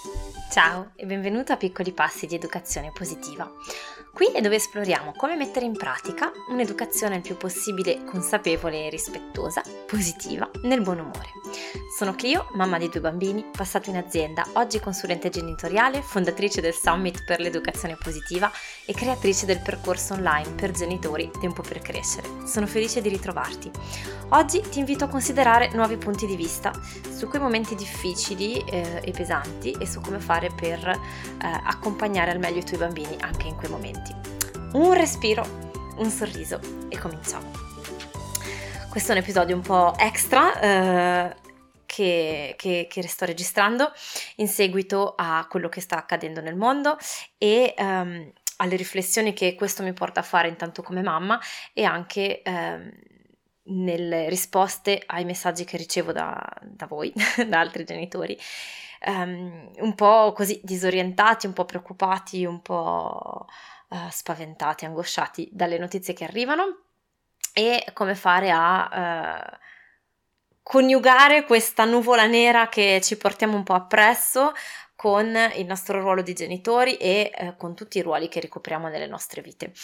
Ciao e benvenuto a Piccoli Passi di Educazione Positiva. Qui è dove esploriamo come mettere in pratica un'educazione il più possibile consapevole e rispettosa, positiva, nel buon umore. Sono Clio, mamma di 2 bambini, passata in azienda, oggi consulente genitoriale, fondatrice del Summit per l'Educazione Positiva e creatrice del percorso online per genitori Tempo per Crescere. Sono felice di ritrovarti. Oggi ti invito a considerare nuovi punti di vista su quei momenti difficili e pesanti e su come fare per accompagnare al meglio i tuoi bambini anche in quei momenti. Un respiro, un sorriso e cominciamo. Questo è un episodio un po' extra che sto registrando in seguito a quello che sta accadendo nel mondo e alle riflessioni che questo mi porta a fare intanto come mamma e anche nelle risposte ai messaggi che ricevo da voi, da altri genitori, un po' così disorientati, un po' preoccupati, un po' spaventati, angosciati dalle notizie che arrivano e come fare a coniugare questa nuvola nera che ci portiamo un po' appresso con il nostro ruolo di genitori e con tutti i ruoli che ricopriamo nelle nostre vite.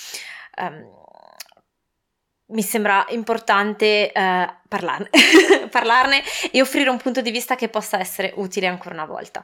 Mi sembra importante parlarne e offrire un punto di vista che possa essere utile ancora una volta.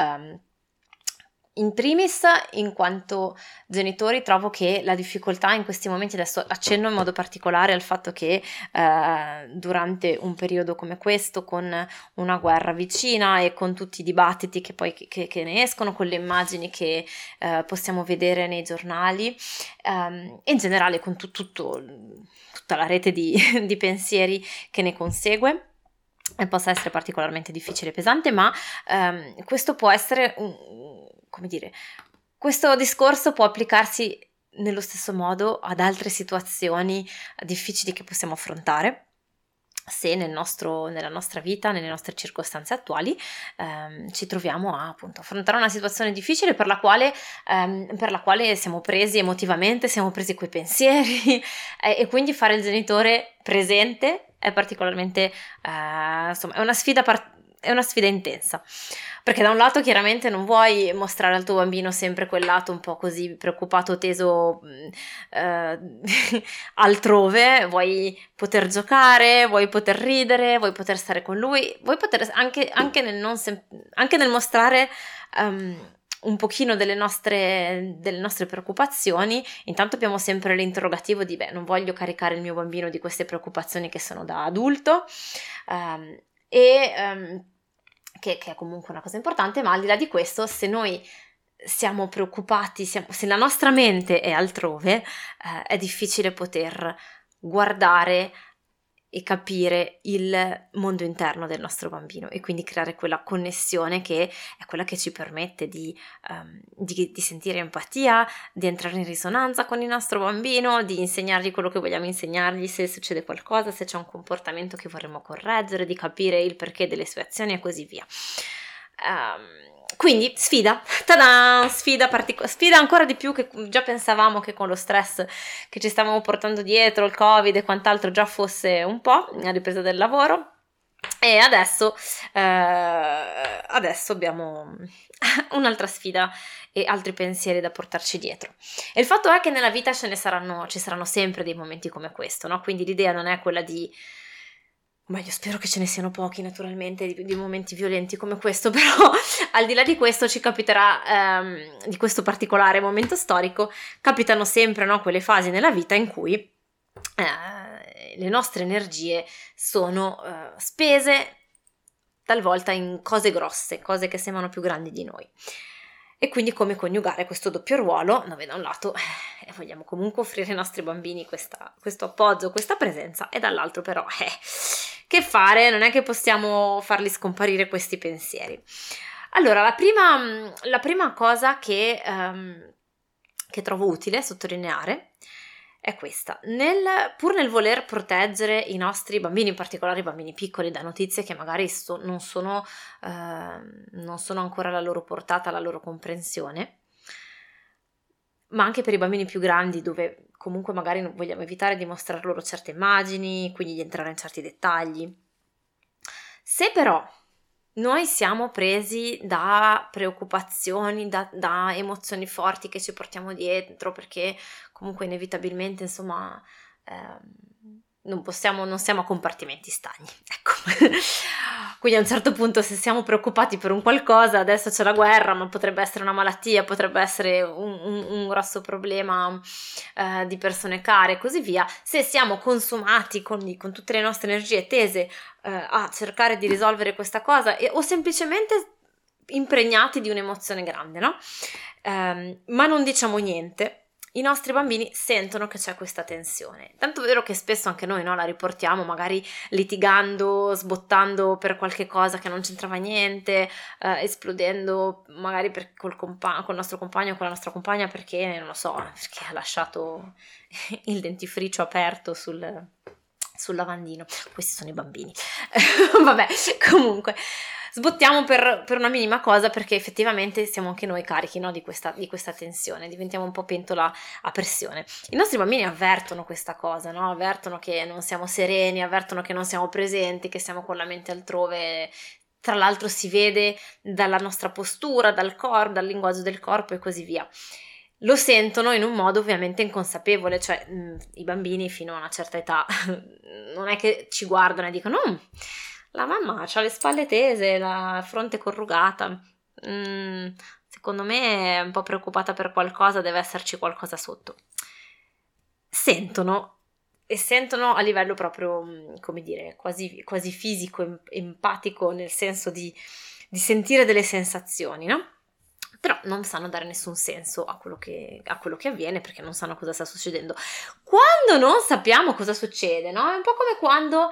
In primis, in quanto genitori, trovo che la difficoltà in questi momenti, adesso accenno in modo particolare al fatto che durante un periodo come questo, con una guerra vicina e con tutti i dibattiti che poi che ne escono, con le immagini che possiamo vedere nei giornali, e in generale con tutta la rete di pensieri che ne consegue, possa essere particolarmente difficile e pesante, ma questo può essere questo discorso può applicarsi nello stesso modo ad altre situazioni difficili che possiamo affrontare se nella nostra vita, nelle nostre circostanze attuali ci troviamo a appunto affrontare una situazione difficile per la quale siamo presi emotivamente, siamo presi coi pensieri e quindi fare il genitore presente è particolarmente insomma è una sfida intensa, perché da un lato chiaramente non vuoi mostrare al tuo bambino sempre quel lato un po' così preoccupato, teso altrove, vuoi poter giocare, vuoi poter ridere, vuoi poter stare con lui, vuoi poter anche nel mostrare un pochino delle nostre preoccupazioni. Intanto abbiamo sempre l'interrogativo di non voglio caricare il mio bambino di queste preoccupazioni che sono da adulto, che è comunque una cosa importante, ma al di là di questo, se noi siamo preoccupati, se la nostra mente è altrove, è difficile poter guardare e capire il mondo interno del nostro bambino e quindi creare quella connessione che è quella che ci permette di sentire empatia, di entrare in risonanza con il nostro bambino, di insegnargli quello che vogliamo insegnargli se succede qualcosa, se c'è un comportamento che vorremmo correggere, di capire il perché delle sue azioni e così via. Quindi sfida ancora di più che già pensavamo che con lo stress che ci stavamo portando dietro, il Covid e quant'altro già fosse un po' la ripresa del lavoro, e adesso abbiamo un'altra sfida e altri pensieri da portarci dietro. E il fatto è che nella vita ci saranno sempre dei momenti come questo, no? Quindi l'idea non è quella io spero che ce ne siano pochi naturalmente di momenti violenti come questo, però al di là di questo ci capiterà, di questo particolare momento storico, capitano sempre, no, quelle fasi nella vita in cui le nostre energie sono spese talvolta in cose grosse, cose che sembrano più grandi di noi. E quindi come coniugare questo doppio ruolo, dove da un lato vogliamo comunque offrire ai nostri bambini questo appoggio, questa presenza, e dall'altro però che fare? Non è che possiamo farli scomparire questi pensieri. Allora, la prima cosa che trovo utile sottolineare è questa: pur nel voler proteggere i nostri bambini, in particolare i bambini piccoli, da notizie che magari non sono ancora alla loro portata, alla loro comprensione, ma anche per i bambini più grandi, dove comunque magari vogliamo evitare di mostrare loro certe immagini, quindi di entrare in certi dettagli. Se però noi siamo presi da preoccupazioni, da emozioni forti che ci portiamo dietro, perché comunque inevitabilmente, insomma, non siamo a compartimenti stagni, ecco. Quindi a un certo punto, se siamo preoccupati per un qualcosa, adesso c'è la guerra, ma potrebbe essere una malattia, potrebbe essere un grosso problema di persone care e così via. Se siamo consumati con tutte le nostre energie tese a cercare di risolvere questa cosa o semplicemente impregnati di un'emozione grande, no? Ma non diciamo niente. I nostri bambini sentono che c'è questa tensione, tanto vero che spesso anche noi, no, la riportiamo magari litigando, sbottando per qualche cosa che non c'entrava niente, esplodendo magari col nostro compagno o con la nostra compagna perché, non lo so, perché ha lasciato il dentifricio aperto sul lavandino. Questi sono i bambini. Vabbè, comunque sbottiamo per una minima cosa perché effettivamente siamo anche noi carichi, no, di questa tensione, diventiamo un po' pentola a pressione. I nostri bambini avvertono questa cosa, no? Avvertono che non siamo sereni, avvertono che non siamo presenti, che siamo con la mente altrove. Tra l'altro si vede dalla nostra postura, dal linguaggio del corpo e così via. Lo sentono in un modo ovviamente inconsapevole, cioè i bambini fino a una certa età non è che ci guardano e dicono la mamma ha le spalle tese, la fronte corrugata, secondo me è un po' preoccupata per qualcosa, deve esserci qualcosa sotto. Sentono a livello proprio, come dire, quasi fisico, empatico, nel senso di sentire delle sensazioni, no? Però non sanno dare nessun senso a quello che avviene perché non sanno cosa sta succedendo. Quando non sappiamo cosa succede, no? È un po' come quando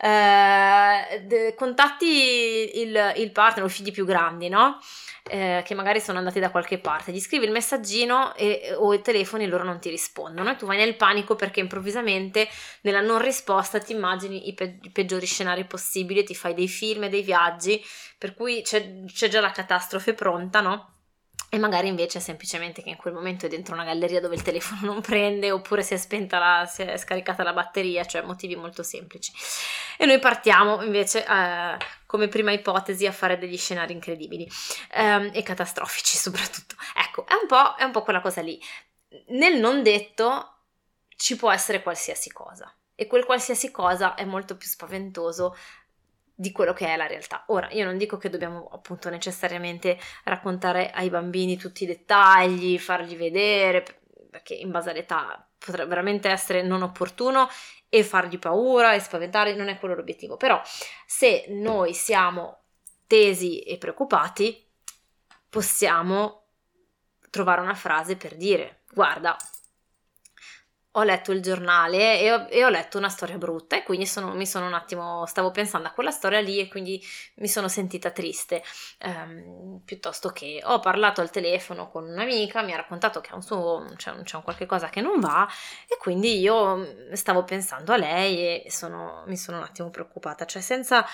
contatti il partner o i figli più grandi, no? Che magari sono andati da qualche parte, gli scrivi il messaggino o il telefono e loro non ti rispondono e tu vai nel panico perché improvvisamente nella non risposta ti immagini i peggiori scenari possibili e ti fai dei film e dei viaggi per cui c'è già la catastrofe pronta, no? E magari invece è semplicemente che in quel momento è dentro una galleria dove il telefono non prende oppure si è scaricata la batteria, cioè motivi molto semplici. E noi partiamo invece come prima ipotesi a fare degli scenari incredibili e catastrofici soprattutto. Ecco, è un po' quella cosa lì. Nel non detto ci può essere qualsiasi cosa e quel qualsiasi cosa è molto più spaventoso di quello che è la realtà. Ora, io non dico che dobbiamo appunto necessariamente raccontare ai bambini tutti i dettagli, fargli vedere, perché in base all'età potrebbe veramente essere non opportuno e fargli paura e spaventarli, non è quello l'obiettivo. Però se noi siamo tesi e preoccupati, possiamo trovare una frase per dire: guarda, ho letto il giornale e ho letto una storia brutta e quindi stavo pensando a quella storia lì e quindi mi sono sentita triste, piuttosto che ho parlato al telefono con un'amica, mi ha raccontato che c'è un qualche cosa che non va e quindi io stavo pensando a lei e mi sono un attimo preoccupata, cioè senza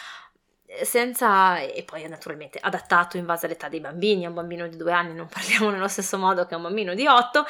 e poi naturalmente adattato in base all'età dei bambini. A un bambino di 2 anni non parliamo nello stesso modo che a un bambino di 8,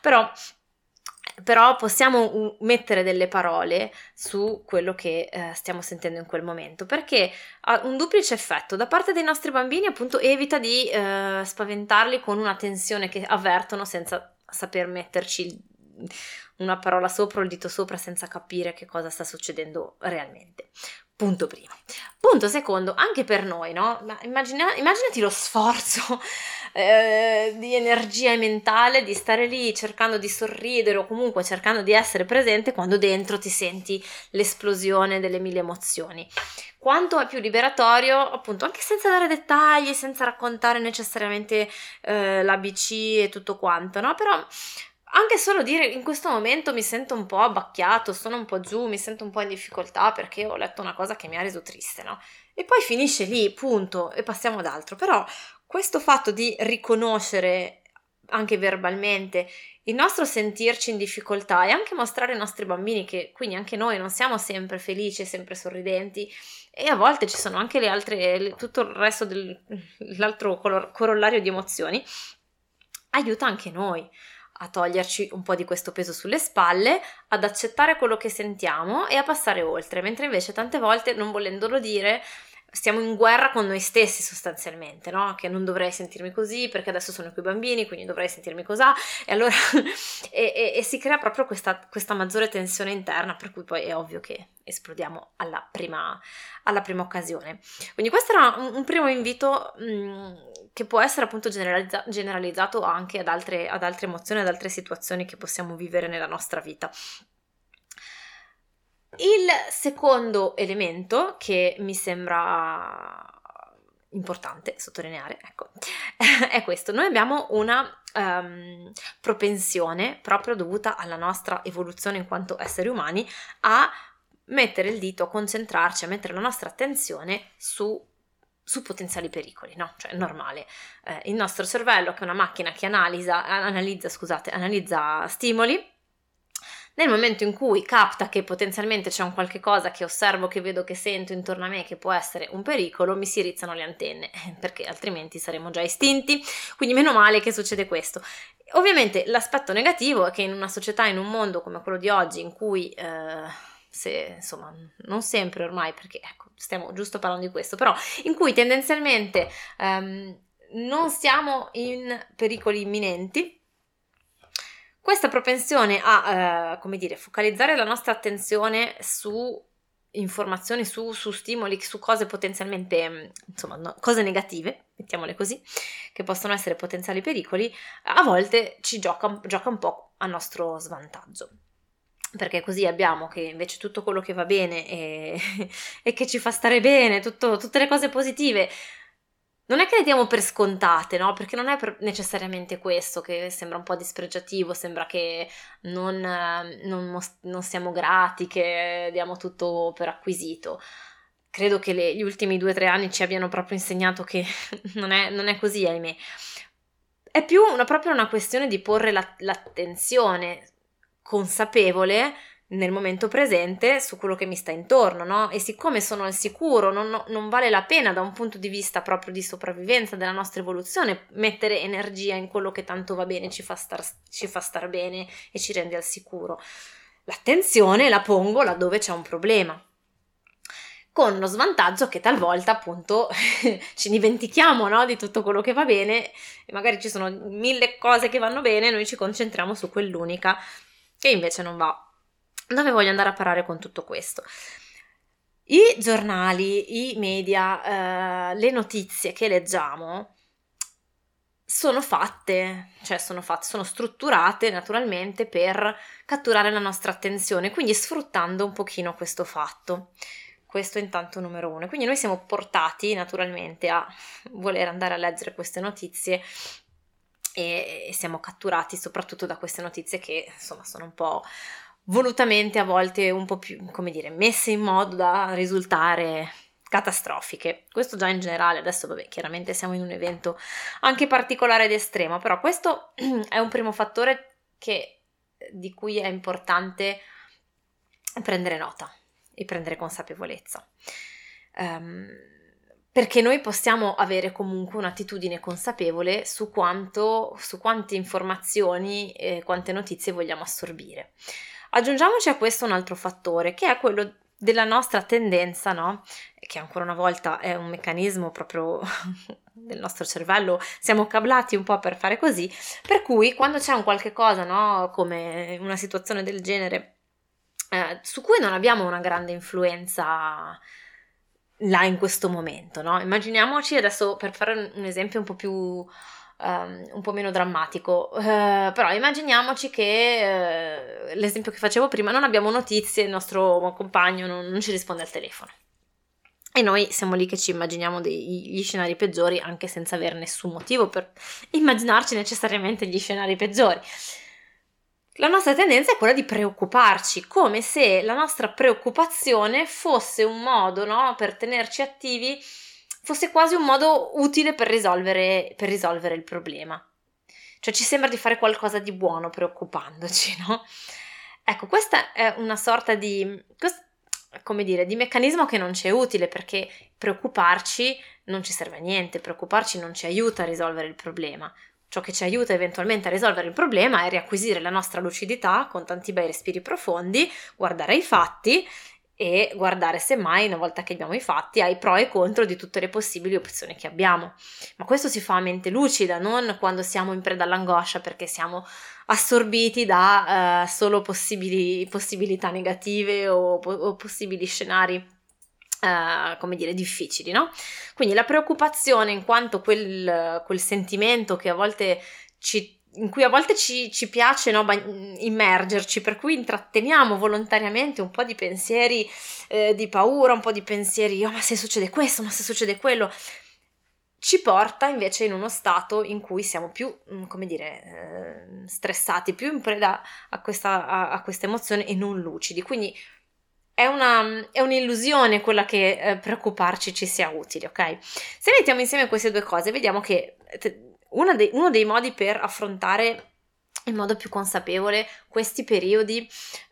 però possiamo mettere delle parole su quello che stiamo sentendo in quel momento, perché ha un duplice effetto. Da parte dei nostri bambini appunto evita di spaventarli con una tensione che avvertono senza saper metterci una parola sopra o il dito sopra, senza capire che cosa sta succedendo realmente. Punto primo. Punto secondo, anche per noi, no? Ma immaginati lo sforzo di energia mentale di stare lì cercando di sorridere o comunque cercando di essere presente quando dentro ti senti l'esplosione delle 1000 emozioni. Quanto è più liberatorio, appunto, anche senza dare dettagli, senza raccontare necessariamente l'ABC e tutto quanto, no? Però anche solo dire: in questo momento mi sento un po' abbacchiato, sono un po' giù, mi sento un po' in difficoltà perché ho letto una cosa che mi ha reso triste, no? E poi finisce lì, punto, e passiamo ad altro. Però questo fatto di riconoscere anche verbalmente il nostro sentirci in difficoltà e anche mostrare ai nostri bambini che quindi anche noi non siamo sempre felici, sempre sorridenti e a volte ci sono anche tutto il resto l'altro corollario di emozioni, aiuta anche noi a toglierci un po' di questo peso sulle spalle, ad accettare quello che sentiamo e a passare oltre, mentre invece tante volte, non volendolo dire, stiamo in guerra con noi stessi sostanzialmente, no? Che non dovrei sentirmi così perché adesso sono qui bambini, quindi dovrei sentirmi così, e allora e si crea proprio questa maggiore tensione interna, per cui poi è ovvio che esplodiamo alla prima occasione. Quindi questo era un primo invito che può essere appunto generalizzato anche ad altre emozioni, ad altre situazioni che possiamo vivere nella nostra vita. Il secondo elemento che mi sembra importante sottolineare, ecco, è questo. Noi abbiamo una propensione, proprio dovuta alla nostra evoluzione in quanto esseri umani, a mettere il dito, a concentrarci, a mettere la nostra attenzione su potenziali pericoli, no? Cioè è normale. Il nostro cervello, che è una macchina che analizza stimoli, nel momento in cui capta che potenzialmente c'è un qualche cosa che osservo, che vedo, che sento intorno a me che può essere un pericolo, mi si rizzano le antenne, perché altrimenti saremmo già estinti, quindi meno male che succede questo. Ovviamente l'aspetto negativo è che in una società, in un mondo come quello di oggi, in cui insomma, non sempre ormai, perché ecco, stiamo giusto parlando di questo, però in cui tendenzialmente non siamo in pericoli imminenti, questa propensione a, focalizzare la nostra attenzione su informazioni, su stimoli, su cose potenzialmente, insomma, cose negative, mettiamole così, che possono essere potenziali pericoli, a volte ci gioca un po' a nostro svantaggio. Perché così abbiamo che invece tutto quello che va bene e che ci fa stare bene, tutte le cose positive, non è che le diamo per scontate, no? Perché non è necessariamente questo, che sembra un po' dispregiativo, sembra che non siamo grati, che diamo tutto per acquisito. Credo che gli ultimi 2 o 3 anni ci abbiano proprio insegnato che non è così, ahimè. È più proprio una questione di porre l'attenzione consapevole nel momento presente su quello che mi sta intorno, no? E siccome sono al sicuro, non vale la pena da un punto di vista proprio di sopravvivenza della nostra evoluzione mettere energia in quello che tanto va bene, ci fa star bene e ci rende al sicuro. L'attenzione la pongo laddove c'è un problema, con lo svantaggio che talvolta appunto ci dimentichiamo, no, di tutto quello che va bene, e magari ci sono 1000 cose che vanno bene e noi ci concentriamo su quell'unica che invece non va. Dove voglio andare a parare con tutto questo? I giornali, i media, le notizie che leggiamo sono strutturate naturalmente per catturare la nostra attenzione, quindi sfruttando un pochino questo fatto. Questo intanto numero 1. Quindi noi siamo portati naturalmente a voler andare a leggere queste notizie e siamo catturati soprattutto da queste notizie che insomma sono un po' volutamente a volte un po' più, messe in modo da risultare catastrofiche. Questo già in generale, adesso chiaramente siamo in un evento anche particolare ed estremo, però questo è un primo fattore di cui è importante prendere nota e prendere consapevolezza. Perché noi possiamo avere comunque un'attitudine consapevole su quante informazioni e quante notizie vogliamo assorbire. Aggiungiamoci a questo un altro fattore, che è quello della nostra tendenza, no? Che ancora una volta è un meccanismo proprio del nostro cervello, siamo cablati un po' per fare così, per cui quando c'è un qualche cosa, no? Come una situazione del genere, su cui non abbiamo una grande influenza là in questo momento, no? Immaginiamoci adesso, per fare un esempio un po' più un po' meno drammatico, però immaginiamoci che l'esempio che facevo prima, non abbiamo notizie, il nostro compagno non ci risponde al telefono e noi siamo lì che ci immaginiamo gli scenari peggiori, anche senza avere nessun motivo per immaginarci necessariamente gli scenari peggiori. La nostra tendenza è quella di preoccuparci, come se la nostra preoccupazione fosse un modo, no, per tenerci attivi, fosse quasi un modo utile per risolvere il problema. Cioè ci sembra di fare qualcosa di buono preoccupandoci, no? Ecco, questa è una sorta di meccanismo che non ci è utile, perché preoccuparci non ci serve a niente, preoccuparci non ci aiuta a risolvere il problema. Ciò che ci aiuta eventualmente a risolvere il problema è riacquisire la nostra lucidità con tanti bei respiri profondi, guardare i fatti e guardare semmai, una volta che abbiamo i fatti, ai pro e contro di tutte le possibili opzioni che abbiamo. Ma questo si fa a mente lucida, non quando siamo in preda all'angoscia perché siamo assorbiti da solo possibilità negative o possibili scenari come dire, difficili, no? Quindi la preoccupazione in quanto quel sentimento che a volte in cui a volte ci piace, no, immergerci, per cui intratteniamo volontariamente un po' di pensieri di paura, un po' di pensieri, oh, ma se succede questo, ma se succede quello, ci porta invece in uno stato in cui siamo più, come dire, stressati, più in preda a questa emozione e non lucidi. Quindi è un'illusione quella che preoccuparci ci sia utile, ok? Se mettiamo insieme queste due cose, vediamo che uno dei modi per affrontare in modo più consapevole questi periodi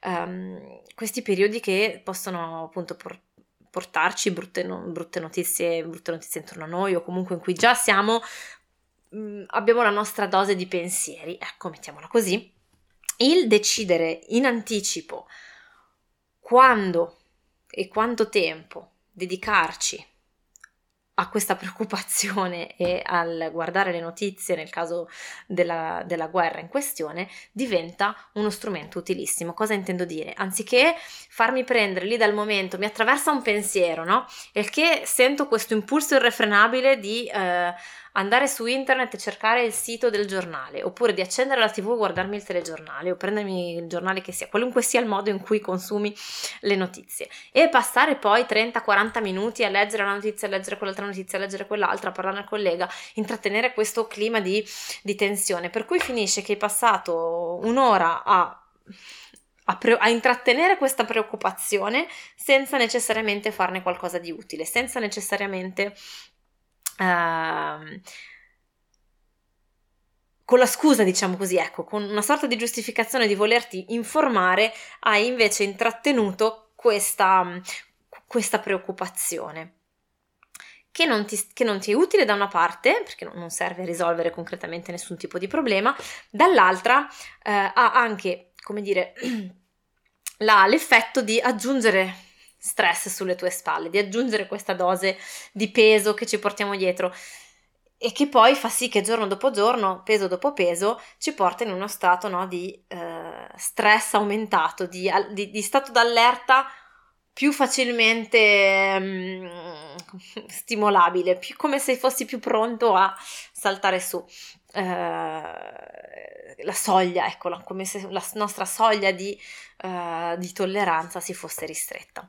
che possono appunto portarci brutte notizie intorno a noi, o comunque in cui già abbiamo la nostra dose di pensieri, ecco, mettiamola così, il decidere in anticipo quando e quanto tempo dedicarci a questa preoccupazione e al guardare le notizie nel caso della guerra in questione diventa uno strumento utilissimo. Cosa intendo dire? Anziché farmi prendere lì dal momento, mi attraversa un pensiero, no? E che sento questo impulso irrefrenabile di andare su internet e cercare il sito del giornale, oppure di accendere la TV e guardarmi il telegiornale o prendermi il giornale che sia, qualunque sia il modo in cui consumi le notizie, e passare poi 30-40 minuti a leggere la notizia, a leggere quell'altra notizia, a leggere quell'altra, a parlare al collega, intrattenere questo clima di tensione, per cui finisce che hai passato un'ora a intrattenere questa preoccupazione senza necessariamente farne qualcosa di utile, senza necessariamente con la scusa, diciamo così, ecco, con una sorta di giustificazione di volerti informare, hai invece intrattenuto questa preoccupazione. Che non ti è utile da una parte, perché non serve a risolvere concretamente nessun tipo di problema, dall'altra ha anche, come dire, l'effetto di aggiungere stress sulle tue spalle, di aggiungere questa dose di peso che ci portiamo dietro e che poi fa sì che giorno dopo giorno, peso dopo peso, ci porta in uno stato, no, di stress aumentato, di stato d'allerta più facilmente stimolabile, come se fossi più pronto a saltare su la soglia, eccola, come se la nostra soglia di tolleranza si fosse ristretta.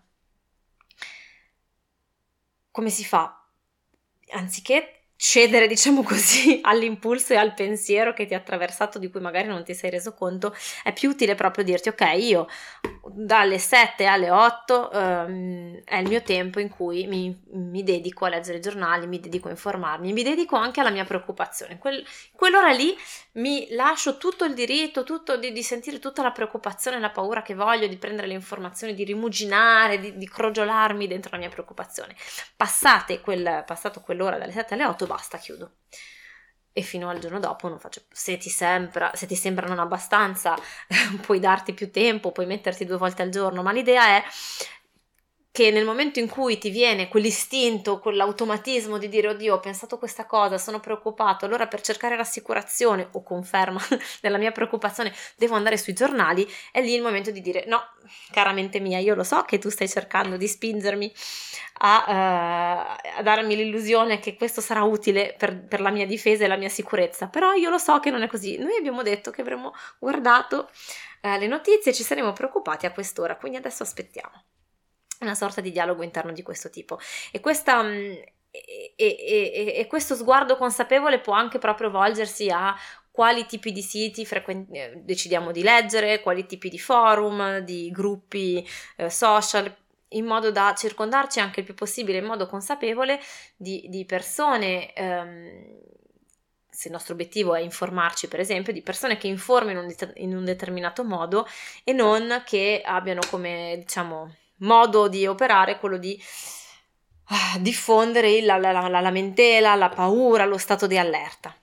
Come si fa? Anziché cedere, diciamo così, all'impulso e al pensiero che ti ha attraversato, di cui magari non ti sei reso conto, è più utile proprio dirti: ok, io dalle 7 alle 8 è il mio tempo in cui mi dedico a leggere i giornali, mi dedico a informarmi, mi dedico anche alla mia preoccupazione. Quell'ora lì mi lascio tutto il diritto, di sentire tutta la preoccupazione e la paura che voglio, di prendere le informazioni, di rimuginare, di crogiolarmi dentro la mia preoccupazione. Passato quell'ora dalle 7 alle 8, basta, chiudo. E fino al giorno dopo non faccio. Se ti sembra non abbastanza, puoi darti più tempo, puoi metterti 2 volte al giorno, ma l'idea è che nel momento in cui ti viene quell'istinto, quell'automatismo di dire: oddio, ho pensato questa cosa, sono preoccupato, allora per cercare rassicurazione o conferma della mia preoccupazione devo andare sui giornali, è lì il momento di dire: no, cara mente mia, io lo so che tu stai cercando di spingermi a darmi l'illusione che questo sarà utile per la mia difesa e la mia sicurezza, però io lo so che non è così. Noi abbiamo detto che avremmo guardato le notizie e ci saremmo preoccupati a quest'ora, quindi adesso aspettiamo. Una sorta di dialogo interno di questo tipo, e questo sguardo consapevole può anche proprio volgersi a quali tipi di siti decidiamo di leggere, quali tipi di forum, di gruppi social, in modo da circondarci anche il più possibile in modo consapevole di persone, se il nostro obiettivo è informarci, per esempio, di persone che informano in un determinato modo e non che abbiano come, diciamo, modo di operare quello di diffondere la lamentela, la paura, lo stato di allerta.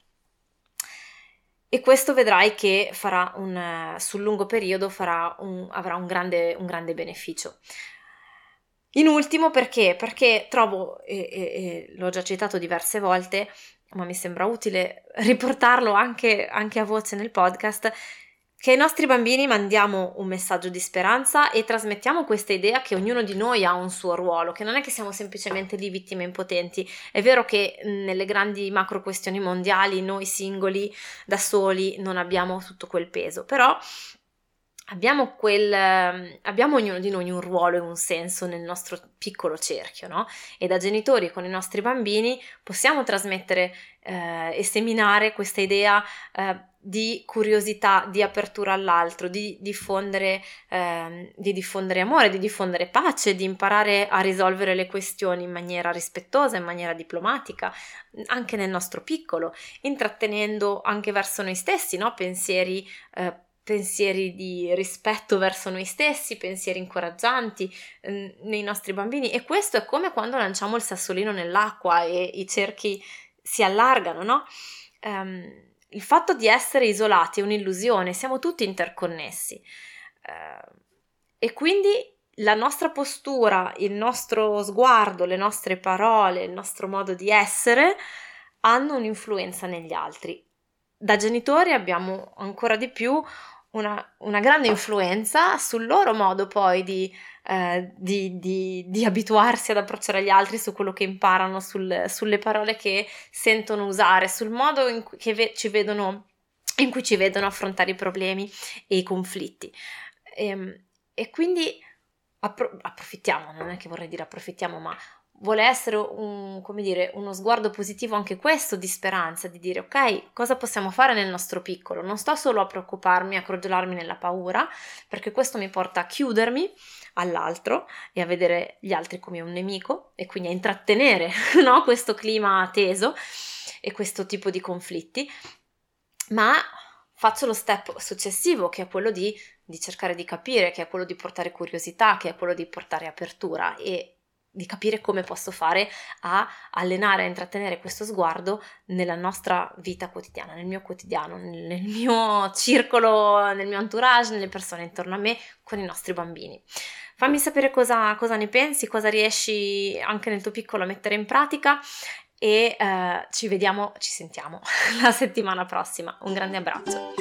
E questo vedrai che sul lungo periodo avrà un grande beneficio. In ultimo perché trovo, e l'ho già citato diverse volte, ma mi sembra utile riportarlo anche a voce nel podcast, che ai nostri bambini mandiamo un messaggio di speranza e trasmettiamo questa idea che ognuno di noi ha un suo ruolo, che non è che siamo semplicemente lì vittime impotenti. È vero che nelle grandi macro questioni mondiali noi singoli, da soli, non abbiamo tutto quel peso, però abbiamo ognuno di noi un ruolo e un senso nel nostro piccolo cerchio, no? E da genitori con i nostri bambini possiamo trasmettere e seminare questa idea di curiosità, di apertura all'altro, di diffondere amore, di diffondere pace, di imparare a risolvere le questioni in maniera rispettosa, in maniera diplomatica, anche nel nostro piccolo, intrattenendo anche verso noi stessi, no? Pensieri di rispetto verso noi stessi, pensieri incoraggianti nei nostri bambini, e questo è come quando lanciamo il sassolino nell'acqua e i cerchi si allargano, no? Il fatto di essere isolati è un'illusione, siamo tutti interconnessi e quindi la nostra postura, il nostro sguardo, le nostre parole, il nostro modo di essere hanno un'influenza negli altri. Da genitori abbiamo ancora di più una grande influenza sul loro modo poi di abituarsi ad approcciare gli altri, su quello che imparano, sulle parole che sentono usare, sul modo in cui ci vedono affrontare i problemi e i conflitti. E quindi approfittiamo, non è che vorrei dire approfittiamo, ma vuole essere uno sguardo positivo anche questo, di speranza, di dire ok, cosa possiamo fare nel nostro piccolo? Non sto solo a preoccuparmi, a crogiolarmi nella paura, perché questo mi porta a chiudermi all'altro e a vedere gli altri come un nemico e quindi a intrattenere, no, questo clima teso e questo tipo di conflitti, ma faccio lo step successivo, che è quello di cercare di capire, che è quello di portare curiosità, che è quello di portare apertura e di capire come posso fare a allenare, a intrattenere questo sguardo nella nostra vita quotidiana, nel mio quotidiano, nel mio circolo, nel mio entourage, nelle persone intorno a me, con i nostri bambini. Fammi sapere cosa ne pensi, cosa riesci anche nel tuo piccolo a mettere in pratica e ci sentiamo la settimana prossima. Un grande abbraccio.